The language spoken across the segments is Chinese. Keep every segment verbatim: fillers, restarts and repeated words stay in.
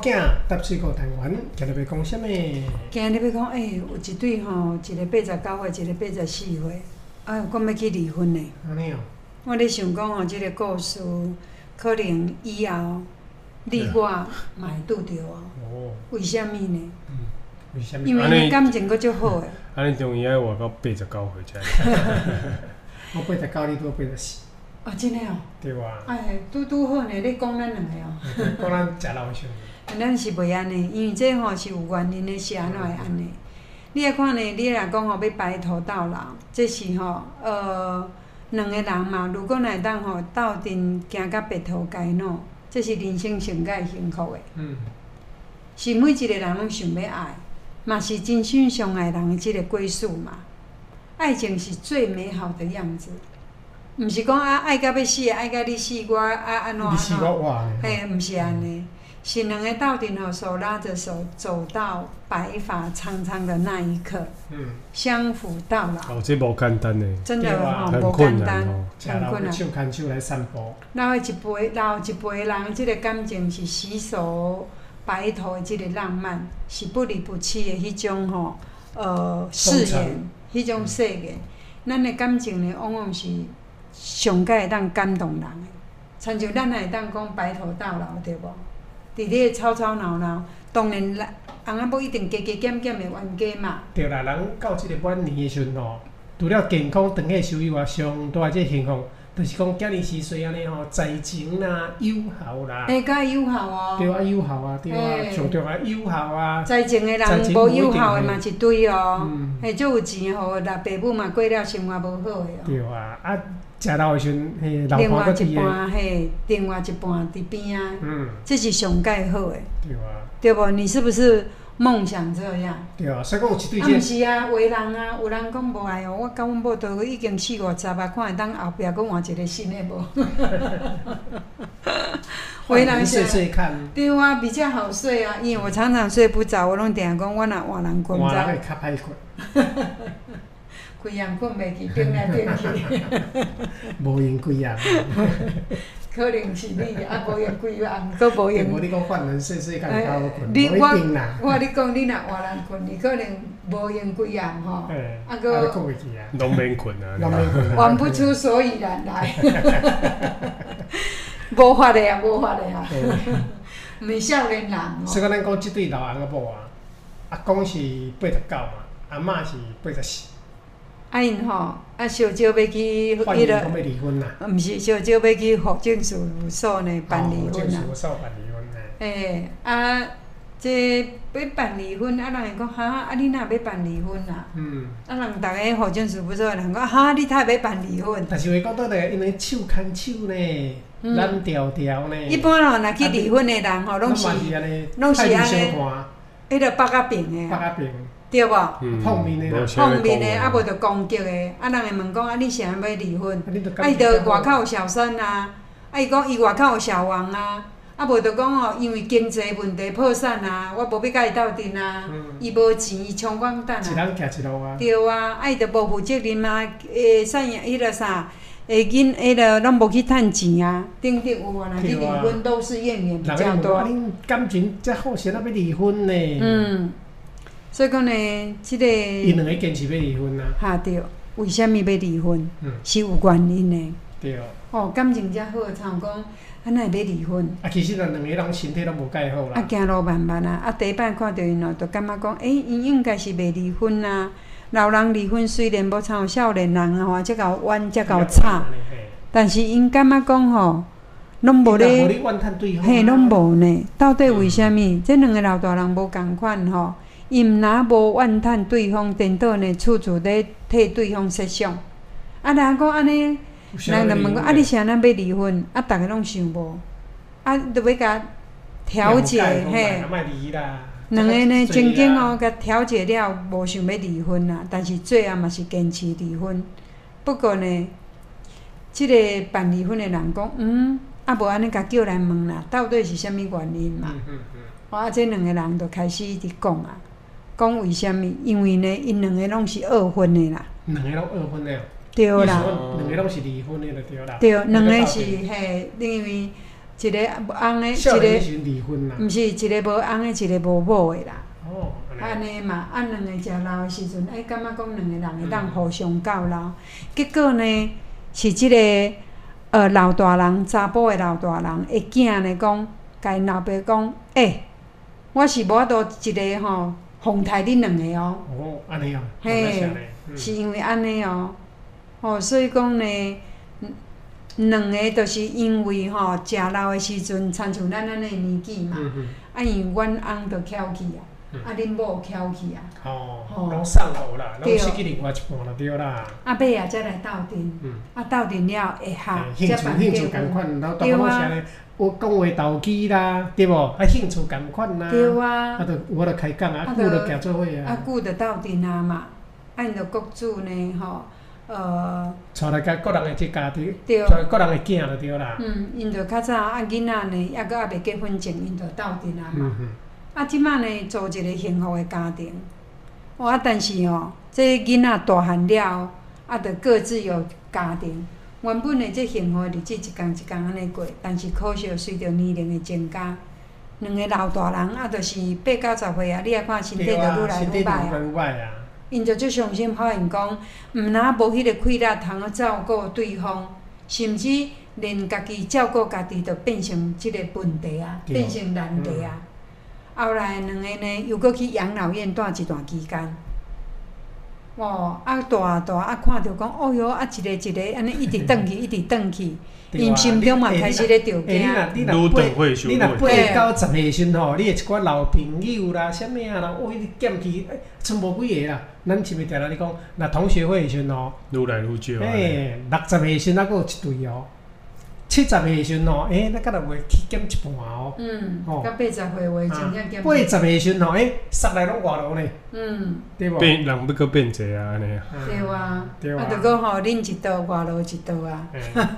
囝搭水果单元，今日要讲什么？ 今日要讲，诶、欸，有一对吼，一个八十九岁，一个八十四岁，哎，讲要去离婚呢。 安尼哦。 我咧想讲吼，即、這个故事可能以后你我嘛会拄着哦。哦。为什么呢？ 嗯。为什么？ 因为你感情阁足好诶。 安尼中医爱活到八十九岁才。 我八十九，你拄八十四。 啊，真诶哦。 对啊。 哎，拄拄好呢，你讲咱两个哦。 讲咱食老兄。 咱是袂安尼，因为这吼是有原因的，是安怎会安尼？你来看呢，你若讲吼要白头到老，这是吼呃两个人嘛，如果来当吼斗阵行到白头偕老，这是人生上界幸福的。嗯。是每一个人拢想要爱，嘛是真心相爱人的即个归宿嘛。爱情是最美好的样子，毋是讲啊爱到要死，爱到你死我啊安怎你死我活的。 嘿，毋是安尼。是两个斗阵吼，手拉着手走到白发苍苍的那一刻，嗯，相扶到老。 哦，这无简单呢。 真的吼， 很无简单， 很困难。手牵手来散步。 老的一辈，老一辈人，即个感情是携手白头的即个浪漫，是不离不弃的迄种吼，呃，誓言，迄种誓言。咱的感情呢，往往是上界会当感动人的，亲像咱会当讲白头到老，对无？伫咧吵吵闹闹，当然啦，翁仔某一定加加减减的冤家嘛。 对啦，人到即个晚年的时阵吼，除了健康长寿收以外，上大即个幸福，就是讲今年四岁安尼吼，在情啦、友好啦。 哎，甲友好哦。 对啊，友好啊，对啊，上重要友好啊。 在情的人无友好的嘛一堆哦。嗯。嘿，足有钱的，互啦，爸母嘛过了生活无好的哦。 对啊，啊。食老的时阵，嘿，老另外一半嘿，另外一半伫边啊，嗯，这是上介好诶， 对啊， 对无？你是不是梦想这样？ 对啊，所以讲有一对。 啊，毋是啊，有的人啊，有人讲无爱哦，我甲阮某都已经四五十啊，看会当后壁佫换一个新诶无？ 有的人睡睡看。 对啊，比较好睡啊，因为我常常睡不着，我拢定定讲我若换人困。 换人会较歹困。 规夜困袂去，变来变去。 无用规夜。 可能是你啊，无用规夜，佫无用。 无你讲换人睡睡觉较好困，无一定啦。 我你讲你若换人困，你可能无用规夜吼。 哎。 啊佫。 啊，困袂去啊。 拢免困啊。 拢免困啊。 问不出所以然来。无法的啊，无法的啊。毋是少年人哦。 所以讲，咱讲即对老翁仔某啊，阿公是八十九嘛，阿嬷是八十四。 啊因吼，啊烧招要去迄个， 毋是烧招要去户政事务所呢办离婚啊。 户政事务所办离婚诶。 诶，啊，这要办离婚，啊人会讲哈，啊你哪要办离婚啊？嗯。啊人逐个户政事务所诶人讲哈，你哪要办离婚？ 但是话讲倒来，因为手牵手呢，蓝调调呢。 一般吼，若去离婚诶人吼，拢是拢是安尼，迄个北甲病诶。 北甲病。 对无？ 碰面的啦， 碰面的，啊无着攻击的，啊人会问讲啊你啥要离婚？啊伊着外口有小三啊，啊伊讲伊外口有小王啊，啊无着讲吼因为经济问题破产啊，我无要甲伊斗阵啊，伊无钱伊穷光蛋啊。 一人徛一路啊。 对啊，啊伊着无负责任啊，诶啥样迄个啥，诶囡迄个拢无去趁钱啊，等等有啊，若去离婚都是怨言比较多。 人恁感情遮好势，哪要离婚呢？嗯。 所以讲呢，即个因两个坚持要离婚啊。 哈对，为虾米要离婚？嗯，是有原因的。 对。 哦，感情遮好，像讲，啊哪会要离婚？ 啊，其实咱两个人身体拢无介好啦。 啊，行路慢慢啊，啊第一摆看到因哦，就感觉讲，诶、欸，因应该是袂离婚啊。老人离婚虽然无像少年人吼，遮够冤，遮够吵，但是因感觉讲吼，拢无咧，嘿，拢无呢。到底为虾米？这两个老大人无共款吼。因若无怨叹对方，颠倒呢，处处咧替对方设想。啊，人讲安尼，人就问讲啊，你啥人要离婚？啊，逐个拢想无，啊，着要甲调解嘿。两个呢，曾经哦，甲调解了，无想要离婚啦，但是最后嘛是坚持离婚。不过呢，即个办离婚的人讲，嗯，啊无安尼甲叫来问啦，到底是啥物原因嘛？啊，这两个人就开始伫讲啊。讲为虾米？因为呢，因两个拢是二婚的啦。 两个拢二婚的。 对啦。 两个拢是离婚的就对啦。 对，两个是嘿，因为一个翁的，一少年个时离婚啦。 毋是一个无翁的，一个无某的啦。 哦， 安尼嘛，啊，两个食老的时阵，哎，感觉讲两个人会当互相教老。结果呢，是即、这个呃老大人，查甫的老大人的囝呢讲，甲因老爸讲，诶、欸，我是无法度一个吼奉待恁两个哦。 哦，安尼哦， 嘿， 嗯、 是因为安尼哦，哦，所以讲呢，两个就是因为吼食老的时阵，亲像咱安尼年纪嘛， 嗯嗯、 啊，因为阮翁着翘起啊。啊，恁某翘起啊！ 哦，拢送互啦，拢失去另外一半就对啦。 啊，尾啊，才来斗阵，啊，斗阵了会合， 兴趣兴趣共款，老大拢是安尼，有讲话投机啦，对无？啊，兴趣共款啦。 对啊。 啊，着有法度开讲啊，啊，久着行做伙啊。 啊，久着斗阵啊嘛，啊，因着国主呢，吼，呃。 带来甲个人的即家庭， 对。 带个人的囝就对啦。 嗯，因着较早啊，囡仔呢，抑阁还袂结婚前，因着斗阵啊嘛。 嗯嗯。 啊，即摆呢，组一个幸福的家庭。哦，啊，但是哦，这囡仔大汉了，啊，着各自有家庭。原本的这幸福的日子一天一天安尼过，但是可惜随着年龄的增加，两个老大人啊，着是八九十岁啊，你也看身体着愈来愈歹啊。因着足伤心，发现讲，毋若无迄个气力通去照顾对方，甚至连家己照顾家己，着变成即个问题啊，变成难题啊。嗯后来两个呢，又搁去养老院住一段期间。哦，啊大大啊看着讲，哦哟，啊一个一个安尼一直转去，一直转去，因心中嘛开始咧着惊。 愈转会伤你若八九十岁时阵吼，你的一寡老朋友啦、啥物啊啦，哦，伊减去，剩无几个啦。咱是袂定啦？你讲，若同学会时阵吼， 愈来愈少。 嘿，六十岁时阵还佫有一对哦。七十岁时阵吼，诶，咱敢若袂去减一半哦。 嗯。哦。到八十岁话，真正减。 八十岁时阵吼，诶，杀来拢外劳呢。嗯。对无？ 变人要佫变济啊，安尼啊。 对啊。 对啊，着佫吼，恁一道，外劳一道啊。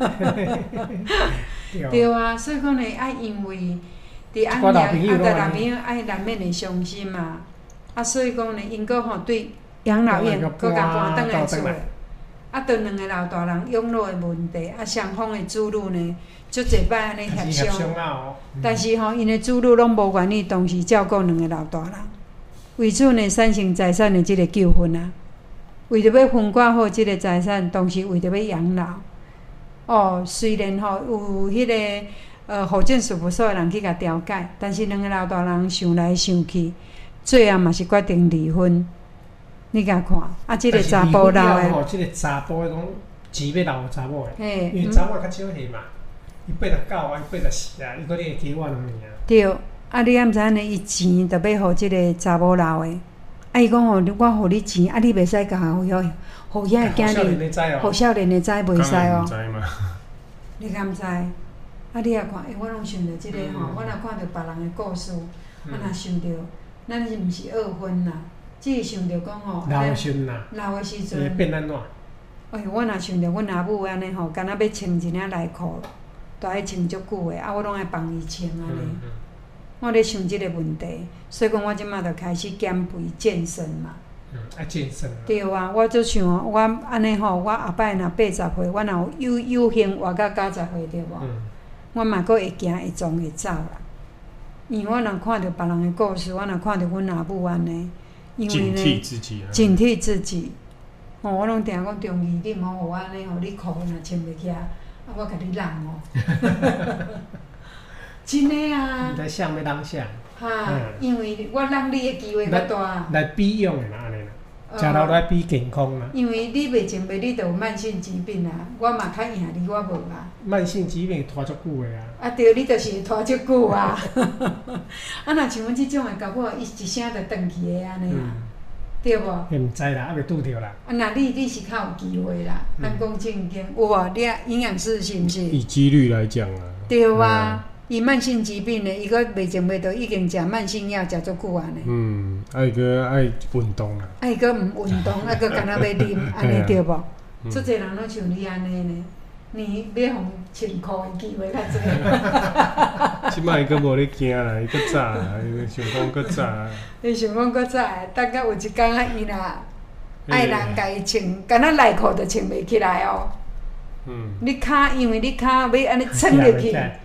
对啊，所以讲呢，爱因为伫安尼，啊，着男朋友爱难免会伤心嘛。啊，所以讲呢，因佫吼对养老院佫甲搬转来厝。啊，着两个老大人养老的问题，啊，双方的子女呢，足侪摆安尼协商，但是吼，因的子女拢无愿意同时照顾两个老大人，为此呢，产生财产的即个纠纷啊。为着要分割好即个财产，同时为着要养老。哦，虽然吼有迄、那个呃户政事务所的人去甲调解，但是两个老大人想来想去，最后嘛是决定离婚。你甲看，啊，即、这个查甫老诶， 吼，即个查甫诶讲钱要留查某诶，因为查某较少岁嘛，伊八十九啊，伊八十四啊，伊搁咧加我两年啊。 对，啊，你敢知影呢？伊钱着要互即个查某留诶，啊，伊讲吼，我互你钱，啊，你袂使甲互遐，互遐个囝儿， 互少年诶知袂使哦。 知嘛？ 你敢知？啊，你也看，诶，我拢想着即个吼，我若看着别人诶故事，啊，若想着，咱是毋是二婚啦？只是想着讲吼， 老时阵啦， 老诶时阵会变安怎？ 哎，我若想着阮阿母安尼吼，敢若要穿一领内裤，都爱穿足久诶，啊，我拢爱帮伊穿安尼。嗯嗯、我咧想即个问题，所以讲我即马着开始减肥健身嘛。 嗯，爱健身。 对啊，我就想我安尼吼，我后摆若八十岁，我若有有幸活到九十岁对无？嗯、我嘛阁会行会撞会走啦。因为我若看着别人诶故事，我若看着阮阿母安尼。 警惕自己啊！ 警惕自己，吼、哦！我拢定讲中义，你莫互我安尼，互你裤若穿袂起啊，啊，我甲你让哦。真诶啊！ 你在想要人啥？ 哈，嗯、因为我让你诶机会较大。 来比用诶啦，安尼啦，食老来比健康啦。 因为你袂前辈，你著有慢性疾病啊，我嘛较赢你，我无啊。 慢性疾病拖足久诶啊。 啊对，你著是拖足久啊。啊，若像阮即种诶，搞不好伊一声著转去诶安尼啦，嗯、对无？ 迄毋知啦，还袂拄着啦。 啊，若你你是较有机会啦，咱讲正经，有无？你营养师是毋是？ 以几率来讲啊。 对啊。嗯伊慢性疾病呢，伊阁袂前袂倒已经食慢性药食足久啊呢。嗯， 爱个爱运动啦。 爱阁毋运动，啊阁干那要啉，安尼对无？足侪人拢像你安尼呢，你要互穿裤的机会较侪。 即摆伊阁无咧惊啦，伊阁早啦，伊想讲阁早。 伊想讲阁早，等到有一天啊，伊若爱人家己穿，敢若内裤就穿袂起来哦。嗯。你骹因为你骹要安尼撑入去。撑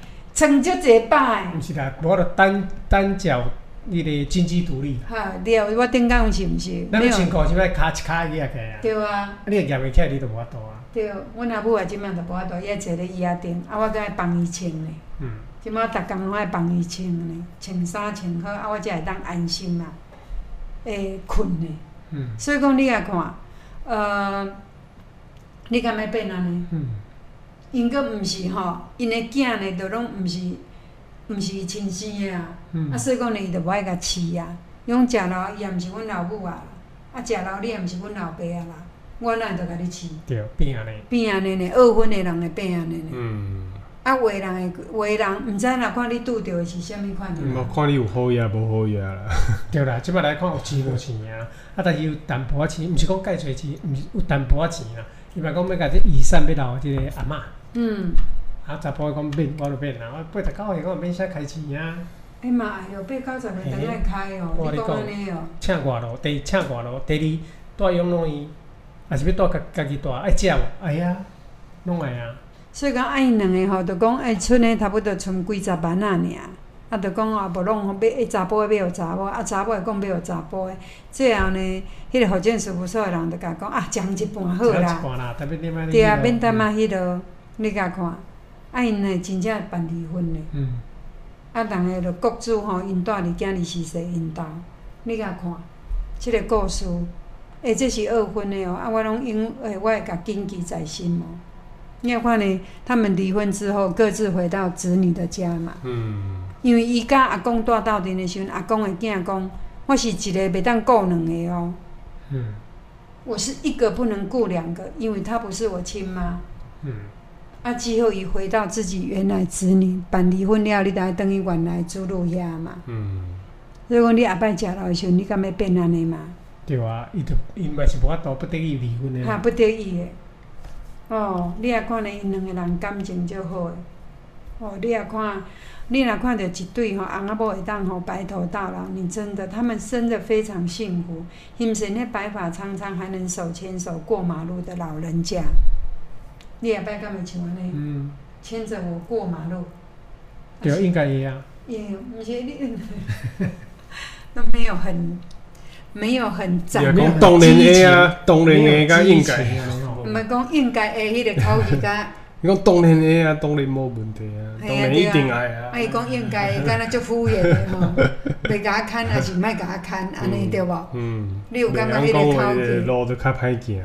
床足济摆毋是啦，我著单单脚迄个经济独立。 哈，对，我顶讲是毋是？ 咱要穿裤是要骹一骹举起来啊。 对啊。 啊，你若举袂起来，你著无法度啊。 对，阮阿母啊，即摆著无法度，伊爱坐咧椅仔顶，啊，我搁爱帮伊穿咧。 嗯。 即摆逐工拢爱帮伊穿咧，穿衫穿好，啊，我才会当安心啦，会困咧。 嗯。 所以讲，你来看，呃，你敢要变安尼？ 嗯。 因阁毋是吼，因的囝呢，都拢毋是，毋是亲生的啊。嗯。啊，所以讲呢，伊就无爱甲饲啊。伊讲食老，伊也毋是阮老母啊，啊食老你也毋是阮老爸啊啦，我哪会着甲你饲？ 对，变安尼。 变安尼呢，二婚的人会变安尼呢。 嗯。 啊，有的人会，有的人毋知若看你拄着的是啥物款的。 嗯，看你有好野无好野啦。对啦，即摆来看有钱无钱啊，啊，但是有淡薄仔钱，毋是讲介侪钱，毋是有淡薄仔钱啦。伊嘛讲要甲这遗产要留即个阿嬷。嗯。啊，查甫讲免，我就免啦。我八十九岁，我免啥开钱啊。哎嘛，哎哟，八九十岁等爱开哦，你讲安尼哦。 请外劳，第一请外劳，第二带养老院，还是要带家家己带，爱食无？哎呀，拢会啊。 所以讲，啊，因两个吼，就讲，哎，剩诶差不多剩几十万仔尔，啊，就讲啊，无拢要，诶，查甫诶要互查某，啊，查某会讲要互查甫诶。最后呢，迄个福建事务所诶人就甲讲，啊，将一半好啦。 一半啦，特别你买。 对啊，免担啊，迄落，你甲看，啊，因呢真正办离婚咧。嗯。啊，人个就各自吼，因住伫囝儿四世因兜，你甲看，即个故事，诶，这是二婚的哦，啊，我拢因诶，我会甲谨记在心哦。你有看呢？他们离婚之后，各自回到子女的家嘛。嗯。因为伊甲阿公住斗阵的时阵，阿公的囝讲：“我是一个袂当顾两个哦。”嗯。我是一个不能顾两个，因为她不是我亲妈。嗯。啊，之后伊回到自己原来子女，办离婚了，你就爱等于原来祖母遐嘛。嗯。所以讲，你后摆食老的时阵，你敢要变安尼嘛？ 对啊，伊就因嘛是无法度不得已离婚的。 哈，不得已的。哦，你也看咧，因两个人感情就好诶。哦，你也看，你若看到一对吼翁仔某会当吼白头到老，你真的，他们真的非常幸福。因是那白发苍苍还能手牵手过马路的老人家，你也摆敢会像安尼？嗯。牵着我过马路。 对，应该会啊。 也，毋是你，都没有很，没有很赞。 也讲当然会啊，当然会甲应该。 毋是讲应该会迄个口语甲。 你讲当然会啊，当然无问题啊，当然一定爱啊。 啊，伊讲应该会，敢若足敷衍的嘛，袂甲我牵，还是莫甲我牵，安尼对无？嗯。你有感觉迄个口语？ 路就较歹行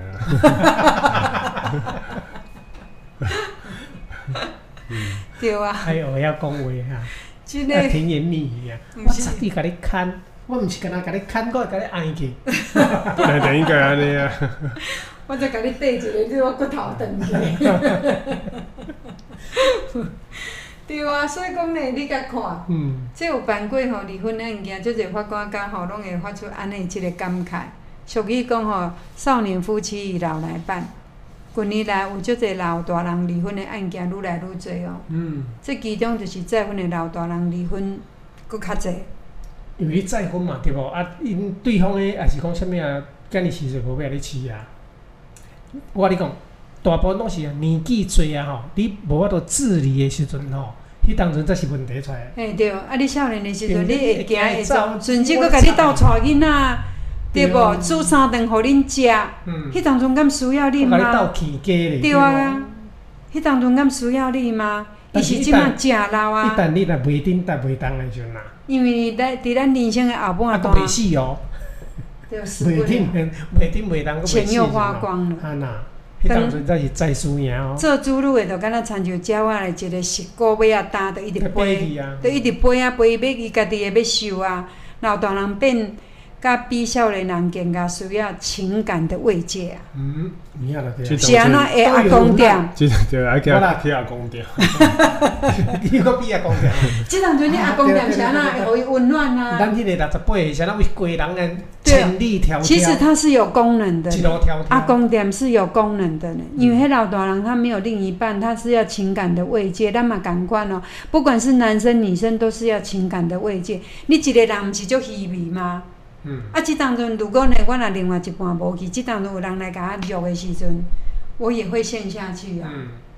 啊。对啊。 还有要讲话哈，要甜言蜜语啊，我绝对甲你牵，我毋是干那甲你牵，我会甲你爱去。 那就应该安尼啊。 我再甲你缀一个，你我骨头断去。对啊，所以讲呢，你甲看，嗯，即有办过吼离婚的物件，足侪法官家吼拢会发出安尼一个感慨。俗语讲吼，少年夫妻以老来伴。近年来有足侪老大人离婚的案件愈来愈侪哦。嗯。这其中就是再婚的老大人离婚佫较侪。 因为再婚嘛，对无？啊，因对方的也是讲啥物啊？今年四岁无要你饲啊？我甲你讲，大部分拢是啊，年纪侪啊吼，你无法度自理的时阵吼，迄当阵才是问题出来。 嘿对，啊你少年的时阵，你会行会走，甚至佫甲你斗带囡仔，对无？煮三顿互恁食，迄当阵敢需要你吗？ 甲你斗起家咧。 对啊，迄当阵敢需要你吗？伊是即马食老啊。 一旦你若袂顶达袂当的时阵啊。 因为在伫咱人生的后半段。 啊，袂死哦。袂顶袂顶袂当， 钱又花光了。 啊那，迄当阵才是再输赢哦。 做主女的就敢若亲像鸟仔的一个石鼓尾啊担，就一直飞，就一直飞啊飞，要伊家己的要受啊。老大人变，甲比少年人更加需要情感的慰藉啊。嗯， 有影啦对。 是安怎会阿公店？ 就就爱去去阿公店。 你搁比阿公店？ 即当阵你阿公店是安怎会互伊温暖啊？ 咱迄个六十八岁是安怎为规人个千里迢迢？ 其实它是有功能的。 一路迢迢。 阿公店是有功能的呢，因为迄老大人他没有另一半，他是要情感的慰藉。咱嘛共款哦，不管是男生女生，都是要情感的慰藉。你一个人毋是足虚伪吗？嗯。啊，即当阵如果呢，我若另外一半无去，即当阵有人来甲我约的时阵，我也会陷下去啊。嗯。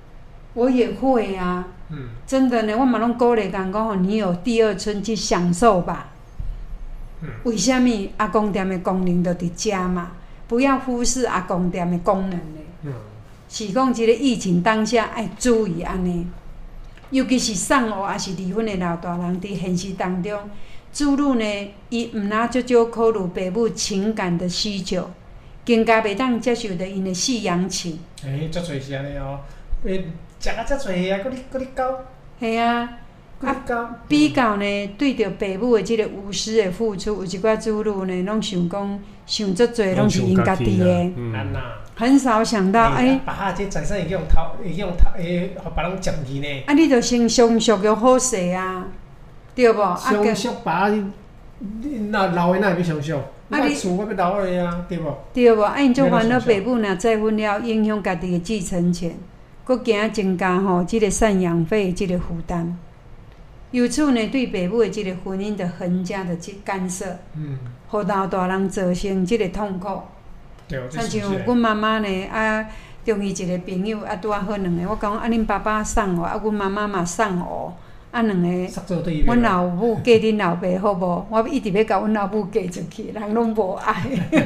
我也会啊。 嗯， 真的呢，我嘛拢鼓励人讲吼，你有第二春去享受吧。 嗯， 为什么阿公店的功能就伫遮嘛？不要忽视阿公店的功能咧。 嗯， 是讲即个疫情当下爱注意安尼，尤其是丧偶还是离婚的老大人，伫现实当中，子女呢，伊毋若足少考虑父母情感的需求，更加袂当接受着因的饲养情。 诶，足侪是安尼哦，诶，食啊遮侪啊，搁你搁你教， 系啊， 搁你教， 比较呢，对着父母的即个无私的付出，有一寡子女呢，拢想讲想足侪，拢是因家己的， 安那。 很少想到哎， 把下这财产会去用偷，会去用偷，会互别人占去呢。 啊，你着先相续个好势啊，对无？ 相续把那老的哪会要相续？啊，你厝我要留落啊，对无？ 对无？啊，因做烦恼父母若再婚了，影响家己的继承权，搁惊增加吼即个赡养费即个负担。由此呢，对父母的即个婚姻的横加的干涉，嗯，互老大人造成即个痛苦。亲像阮妈妈呢，啊，中意一个朋友，啊，拄啊好两个，我讲啊，恁爸爸送我，啊，阮妈妈嘛送我，啊，两个，阮老母嫁恁老爸好无？我一直要甲阮老母嫁出去，人拢无爱，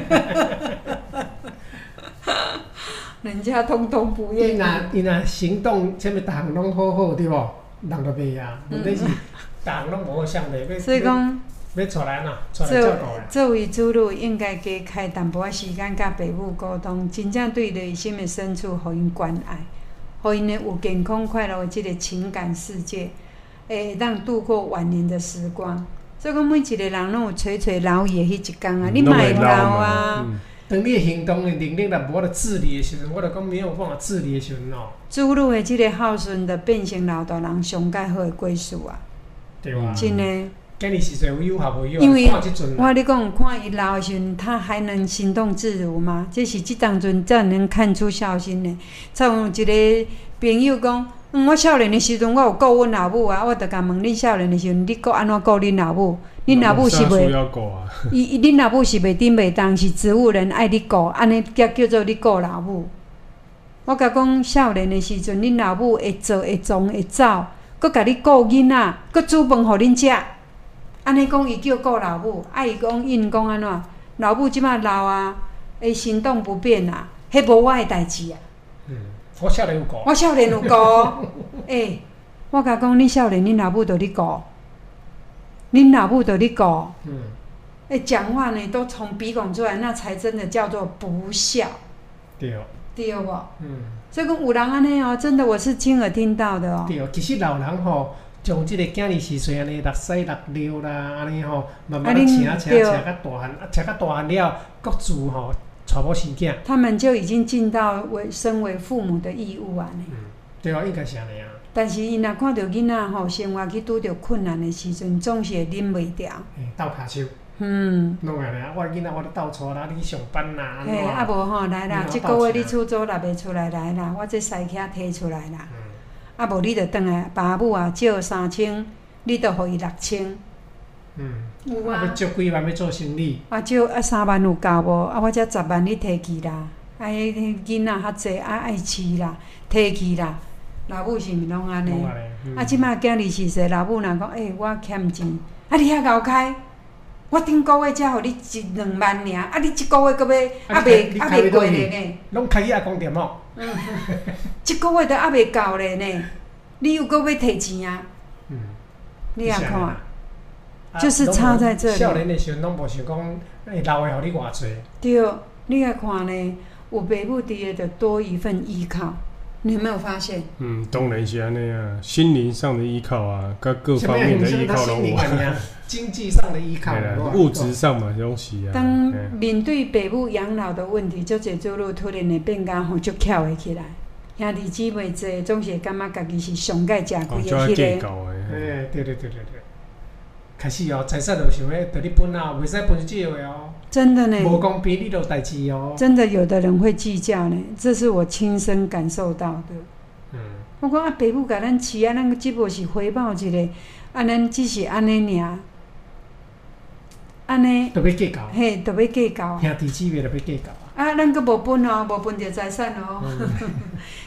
人家通通不愿意。 伊若伊若行动，啥物逐项拢好好，对无？人就袂啊，问题是逐项拢无好相对，要。 所以讲。 要出来呐，出来照顾啦。 作为子女，应该加开淡薄仔时间，甲父母沟通，真正对内心的深处，互因关爱，互因呢有健康快乐的即个情感世界，会当度过晚年的时光。所以讲，每一个人拢有垂垂老矣的迄一天啊，你嘛会老啊。 当你的行动的能力若无法自理的时阵，我就讲没有办法自理的时阵哦。 子女的即个孝顺，就变成老大人上介好的归属啊。 对啊。 真的。 今年时阵有有效无有？ 因为看即阵我你讲看伊老的时阵，他还能行动自如吗？这是即当阵才能看出孝心的。像有一个朋友讲，嗯，我少年的时阵，我有顾阮老母啊，我著甲问恁少年的时阵，你顾安怎顾恁老母？恁老母是袂？伊伊恁老母是袂顶袂当，是植物人爱你顾，安尼才叫做你顾老母。我甲讲少年的时阵，恁老母会做会创会走，搁甲你顾囡仔，搁煮饭互恁食。安尼讲，伊叫顾老母，啊，伊讲因讲安怎？老母即马老啊，会行动不便啊，迄无我的代志啊。 嗯，我少年有顾。 我少年有顾，诶、欸，我甲讲，恁少年，恁老母着你顾，恁老母着你顾。嗯。诶，讲话呢都从鼻孔出来，那才真的叫做不孝。 对。 对无？ 嗯。 所以讲有人安尼哦，真的我是亲耳听到的哦。 对，其实老人吼。从即个囝儿时岁安尼六岁六六啦，安尼吼，慢慢请请请到大汉，啊，请到大汉了，各自吼娶某生囝。 他们就已经尽到为身为父母的义务啊！ 嗯，对啊，应该是安尼啊。 但是伊若看到囡仔吼生活去拄着困难的时阵，总是会忍袂住。 嘿，斗骹手。 嗯。 拢安尼啊！我囡仔我咧斗厝啦，你去上班啦，安怎？嘿，啊无吼来啦，即个月你厝租若袂出来来啦，我这西客摕出来啦。嗯。啊，无你着转来，爸母啊借三千，你着互伊六千。 嗯。有啊。要借几万要做生意。 啊，借啊三万有够无？啊，我遮十万你摕去啦。啊，迄囡仔较济，啊爱饲啦，摕去啦。老母是毋拢安尼？嗯、啊，即摆囝儿是说，老母若讲，诶、欸，我欠钱，啊，你遐敖开，我顶个月才互你一两万尔，啊，你即个月搁要啊袂啊袂过咧呢？ 拢开去阿公店哦。 嗯，一个月都还袂够咧呢，你又搁要摕钱啊？嗯，你也看，啊、就是差在这里。 少年的时阵拢无想讲，会留的互你偌济。 对，你也看呢，有爸母伫个，就多一份依靠。你有没有发现？ 嗯，当然是安尼啊，心灵上的依靠啊，甲各方面的依靠拢有。 经济上的依靠， 物质上嘛，拢是啊。 当面对爸母养老的问题，足侪子女突然会变甲吼足巧的起来，兄弟姊妹侪总是感觉家己是上界食亏的迄个。哎，对对对对对，开始哦，财产就想要得你分啊，袂使分少的哦。 真的呢。 无公平，你都代志哦。 真的，有的人会计较呢，这是我亲身感受到的。嗯。我讲啊，爸母甲咱饲啊，咱只不过是回报一个，啊，咱只是安尼尔。安尼， 都要计较， 嘿，都要计较。 兄弟姊妹都要计较啊！啊，咱阁无分哦，无分着财产哦。嗯、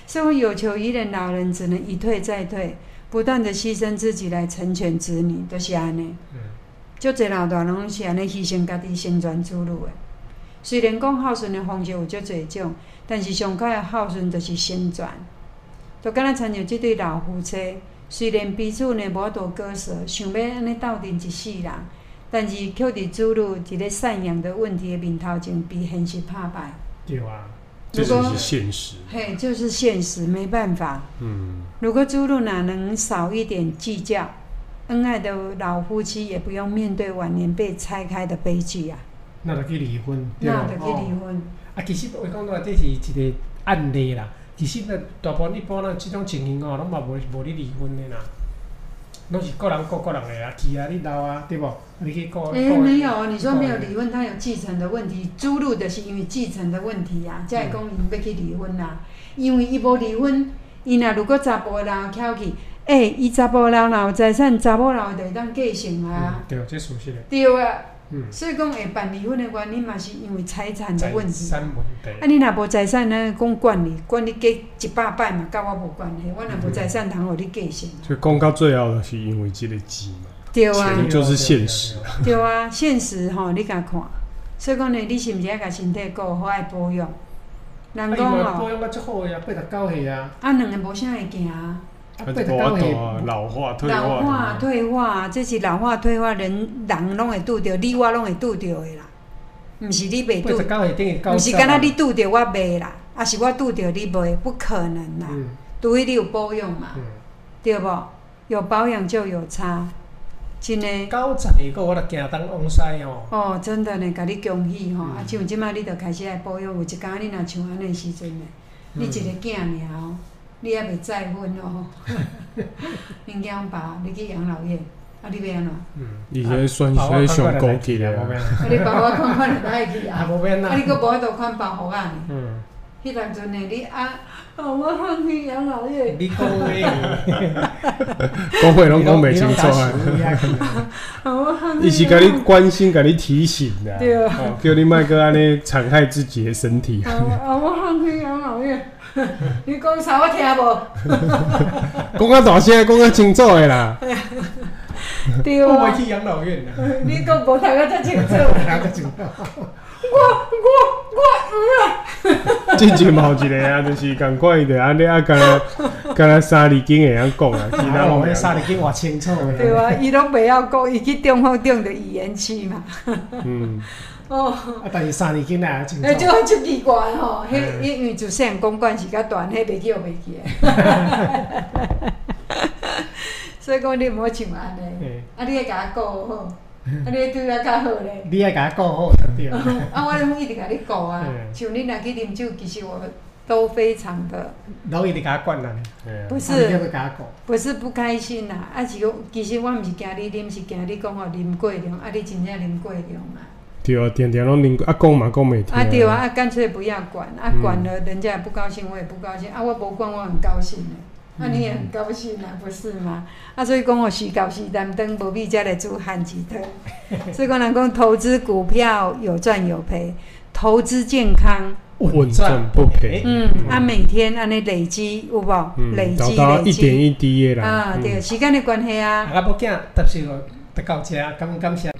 所以有求于人，老人只能一退再退，不断的牺牲自己来成全子女，都、就是安尼。 嗯， 足侪老大拢是安尼牺牲家己生存之路的。虽然讲孝顺的方式有足侪种，但是上快的孝顺就是生存。就敢若亲像即对老夫妻，虽然彼此呢无法度割舍，想要安尼斗阵一世人，但是却伫子女一个赡养的问题的面头前，比现实拍败。 对啊。 这就是现实。 嘿，就是现实，没办法。 嗯。如果子女哪能少一点计较，恩爱的老夫妻也不用面对晚年被拆开的悲剧啊。 那就去离婚， 那就去离婚。 哦、啊，其实我讲到这是一个案例啦。其实呢，大部分一般咱即种情形哦，拢嘛无无咧离婚的啦，拢是个人过个人的啊，去啊，你老啊，对不？你去过。 诶、欸，没有，你说没有离婚，他有继承的问题，子女就是因为继承的问题啊，才会讲因要去离婚啦、啊。因为伊无离婚，伊若如果查甫的人翘去，诶、欸，伊查甫人若有财产，查某人就会当继承啊。 嗯、对，这属实的。 对啊。 嗯、 所以讲会办离婚的原因嘛，是因为财产的问题。 财产问题。 啊，你若无财产，咱讲管你，管你嫁一百摆嘛，甲我无关系。我若无财产，通互你继承。 所以讲到最后，就是因为这个钱嘛。 对啊。 钱就是现实。 对啊，现实吼，你甲看。所以讲呢，你是毋是爱甲身体顾好，爱保养？人讲吼。 保养甲足好呀，八十九岁啊。 啊，两个无啥会行啊。 啊，八十九岁老化退化。 老化退化，这是老化退化，人人拢会拄着，你我拢会拄着的啦。毋是你袂拄，毋是敢若你拄着我袂啦，啊是我拄着你袂，不可能啦。嗯、除非你有保养嘛，嗯、对无？有保养就有差，真诶。 九十个我著行当往西哦。 哦，真的呢，甲你恭喜吼！ 嗯、 啊，像即摆你著开始爱保养，有一工你若像安尼时阵呢，嗯、你一个囝尔哦。你还袂再婚哦，恁囝爸，你去养老院，啊，你要安怎？ 嗯，伊迄算是迄上高级的啊。 啊，你包我看看就来去啊。 啊，无免啦。 啊，你佫无法度看包袱啊？ 嗯。 迄当阵呢，你啊，哦，我通去养老院。 你讲话。 讲话拢讲袂清楚啊。伊是甲你关心，甲你提醒的。 对啊。 叫你莫搁安尼残害自己的身体。 啊，我通去养老院。你讲啥？我听无。 讲啊大声，讲啊清楚的啦。 对啊。 我袂去养老院啦。 你讲无听啊遮清楚。我我我唔啊！ 之前嘛有一个啊，就是共款伊着安尼啊，敢若敢若三字经会晓讲啊，其他拢袂。三字经偌清楚的。 对啊，伊拢袂晓讲，伊去中风中着语言区嘛。嗯。哦。 啊，但是三字经来清楚。 诶，就足奇怪吼，迄因为就像公馆是较悬，迄袂记袂记诶。所以讲你毋好像安尼，啊，你爱甲我顾好。啊！你对我较好咧。 你爱甲我顾好就对。 啊，我拢一直甲你顾啊。像你若去啉酒，其实我都非常的。 拢一直甲我管啦。 不是。不是不开心啦，啊是讲，其实我毋是惊你啉，是惊你讲吼啉过量，啊你真正啉过量啊。 对啊，天天拢啉，啊讲嘛讲袂听。 啊对啊，啊干脆不要管，啊管了人家也不高兴，我也不高兴，啊我无管我很高兴嘞。啊，你也很高兴啊，不是吗？啊，所以讲我时到时难等，无比才来煮番薯汤。所以讲人讲投资股票有赚有赔，投资健康稳赚不赔。 嗯，啊，每天安尼累积有无？累积累积， 一点一滴的啦。 啊，对，时间的关系啊。 啊，无惊，但是就到这，感感谢。